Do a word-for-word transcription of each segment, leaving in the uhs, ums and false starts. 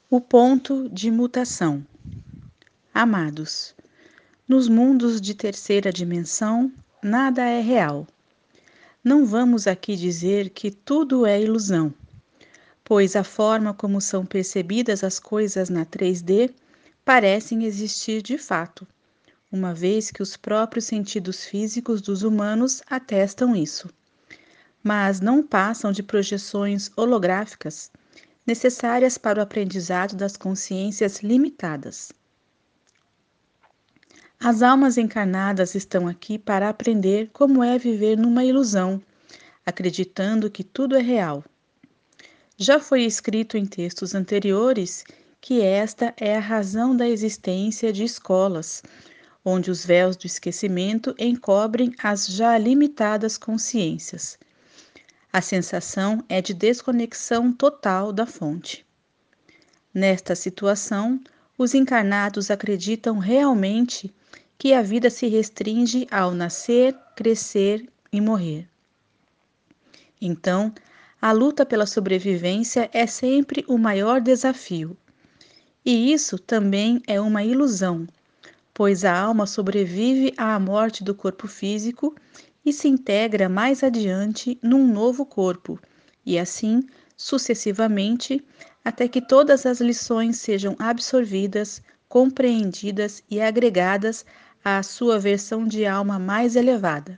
O ponto de mutação. Amados, nos mundos de terceira dimensão, nada é real. Não vamos aqui dizer que tudo é ilusão, pois a forma como são percebidas as coisas na três D parecem existir de fato, uma vez que os próprios sentidos físicos dos humanos atestam isso. Mas não passam de projeções holográficas necessárias para o aprendizado das consciências limitadas. As almas encarnadas estão aqui para aprender como é viver numa ilusão, acreditando que tudo é real. Já foi escrito em textos anteriores que esta é a razão da existência de escolas, onde os véus do esquecimento encobrem as já limitadas consciências. A sensação é de desconexão total da fonte. Nesta situação, os encarnados acreditam realmente que a vida se restringe ao nascer, crescer e morrer. Então, a luta pela sobrevivência é sempre o maior desafio. E isso também é uma ilusão, pois a alma sobrevive à morte do corpo físico e se integra mais adiante num novo corpo, e assim sucessivamente, até que todas as lições sejam absorvidas, compreendidas e agregadas à sua versão de alma mais elevada.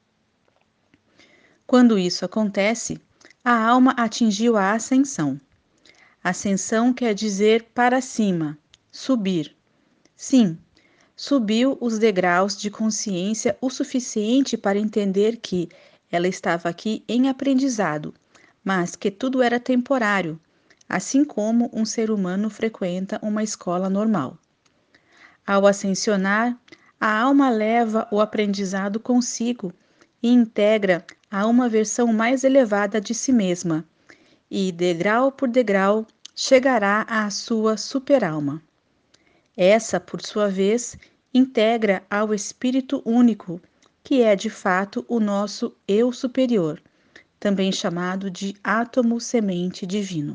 Quando isso acontece, a alma atingiu a ascensão. Ascensão quer dizer para cima, subir. Sim, subiu os degraus de consciência o suficiente para entender que ela estava aqui em aprendizado, mas que tudo era temporário, assim como um ser humano frequenta uma escola normal. Ao ascensionar, a alma leva o aprendizado consigo e integra a uma versão mais elevada de si mesma, e, degrau por degrau, chegará à sua superalma. Essa, por sua vez, integra ao Espírito Único, que é de fato o nosso Eu Superior, também chamado de átomo semente divino.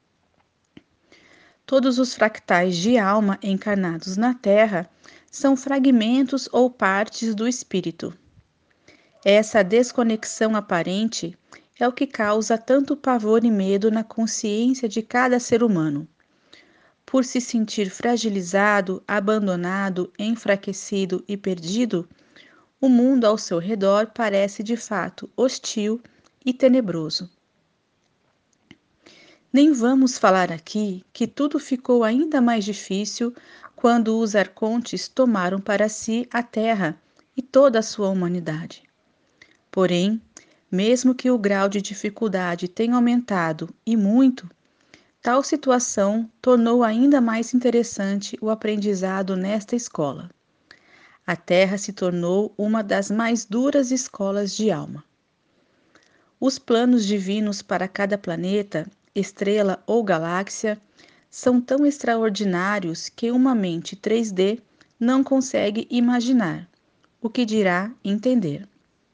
Todos os fractais de alma encarnados na Terra são fragmentos ou partes do Espírito. Essa desconexão aparente é o que causa tanto pavor e medo na consciência de cada ser humano. Por se sentir fragilizado, abandonado, enfraquecido e perdido, o mundo ao seu redor parece de fato hostil e tenebroso. Nem vamos falar aqui que tudo ficou ainda mais difícil quando os arcontes tomaram para si a terra e toda a sua humanidade. Porém, mesmo que o grau de dificuldade tenha aumentado e muito, tal situação tornou ainda mais interessante o aprendizado nesta escola. A Terra se tornou uma das mais duras escolas de alma. Os planos divinos para cada planeta, estrela ou galáxia são tão extraordinários que uma mente três D não consegue imaginar, o que dirá entender.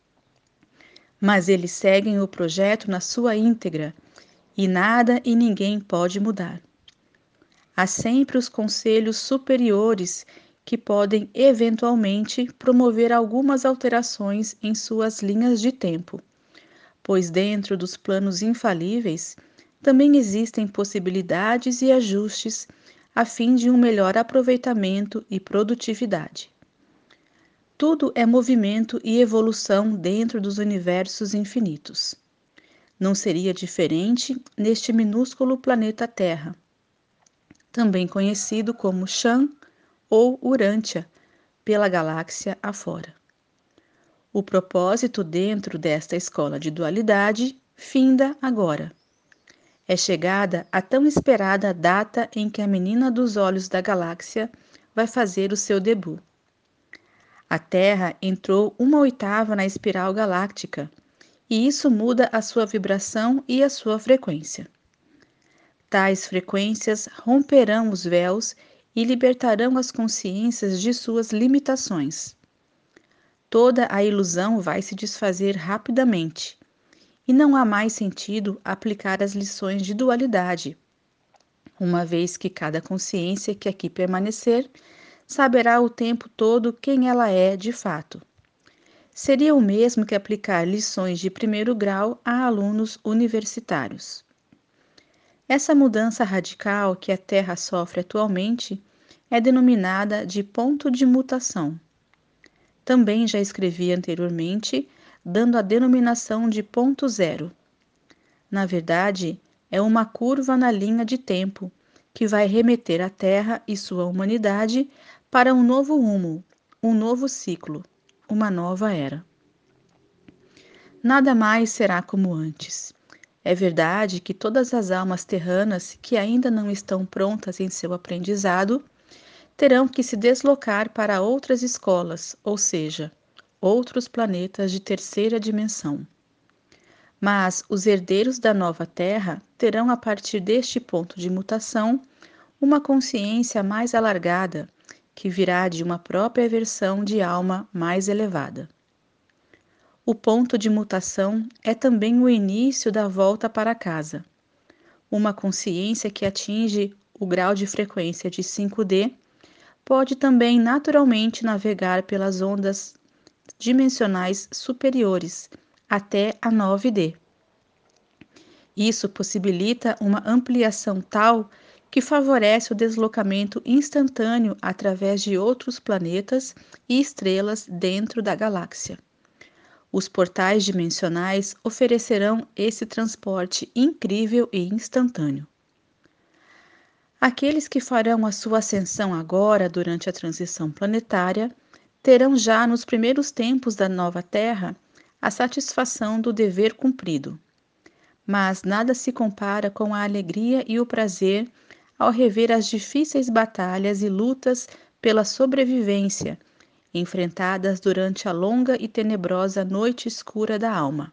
Mas eles seguem o projeto na sua íntegra e nada e ninguém pode mudar. Há sempre os conselhos superiores que podem eventualmente promover algumas alterações em suas linhas de tempo, pois dentro dos planos infalíveis também existem possibilidades e ajustes a fim de um melhor aproveitamento e produtividade. Tudo é movimento e evolução dentro dos universos infinitos. Não seria diferente neste minúsculo planeta Terra, também conhecido como Chan ou Urântia, pela galáxia afora. O propósito dentro desta escola de dualidade finda agora. É chegada a tão esperada data em que a menina dos olhos da galáxia vai fazer o seu debut. A Terra entrou uma oitava na espiral galáctica, e isso muda a sua vibração e a sua frequência. Tais frequências romperão os véus e libertarão as consciências de suas limitações. Toda a ilusão vai se desfazer rapidamente, e não há mais sentido aplicar as lições de dualidade, uma vez que cada consciência que aqui permanecer saberá o tempo todo quem ela é de fato. Seria o mesmo que aplicar lições de primeiro grau a alunos universitários. Essa mudança radical que a Terra sofre atualmente é denominada de ponto de mutação. Também já escrevi anteriormente, dando a denominação de ponto zero. Na verdade, é uma curva na linha de tempo que vai remeter a Terra e sua humanidade para um novo rumo, um novo ciclo, uma nova era. Nada mais será como antes. É verdade que todas as almas terranas que ainda não estão prontas em seu aprendizado terão que se deslocar para outras escolas, ou seja, outros planetas de terceira dimensão. Mas os herdeiros da nova Terra terão, a partir deste ponto de mutação, uma consciência mais alargada, que virá de uma própria versão de alma mais elevada. O ponto de mutação é também o início da volta para casa. Uma consciência que atinge o grau de frequência de cinco D pode também naturalmente navegar pelas ondas dimensionais superiores até a nove D. Isso possibilita uma ampliação tal que favorece o deslocamento instantâneo através de outros planetas e estrelas dentro da galáxia. Os portais dimensionais oferecerão esse transporte incrível e instantâneo. Aqueles que farão a sua ascensão agora durante a transição planetária terão já nos primeiros tempos da nova Terra a satisfação do dever cumprido. Mas nada se compara com a alegria e o prazer ao rever as difíceis batalhas e lutas pela sobrevivência enfrentadas durante a longa e tenebrosa noite escura da alma.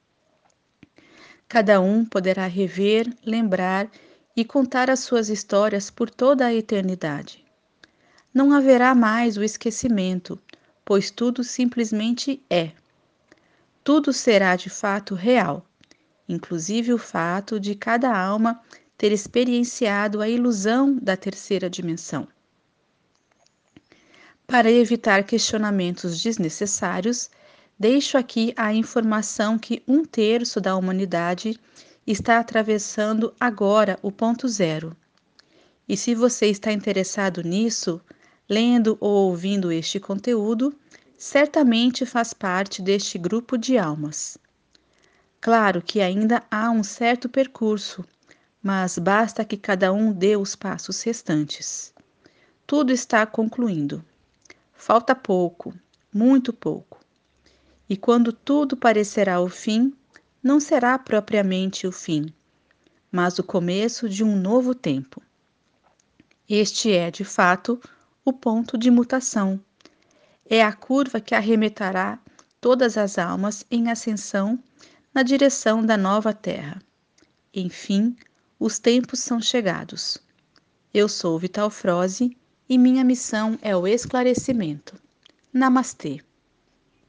Cada um poderá rever, lembrar e contar as suas histórias por toda a eternidade. Não haverá mais o esquecimento, pois tudo simplesmente é. Tudo será de fato real, inclusive o fato de cada alma ter experienciado a ilusão da terceira dimensão. Para evitar questionamentos desnecessários, deixo aqui a informação que um terço da humanidade está atravessando agora o ponto zero. E se você está interessado nisso, lendo ou ouvindo este conteúdo, certamente faz parte deste grupo de almas. Claro que ainda há um certo percurso, mas basta que cada um dê os passos restantes. Tudo está concluindo. Falta pouco, muito pouco. E quando tudo parecerá o fim, não será propriamente o fim, mas o começo de um novo tempo. Este é, de fato, o ponto de mutação. É a curva que arremeterá todas as almas em ascensão na direção da nova Terra. Enfim, os tempos são chegados. Eu sou Vital Froze e minha missão é o esclarecimento. Namastê.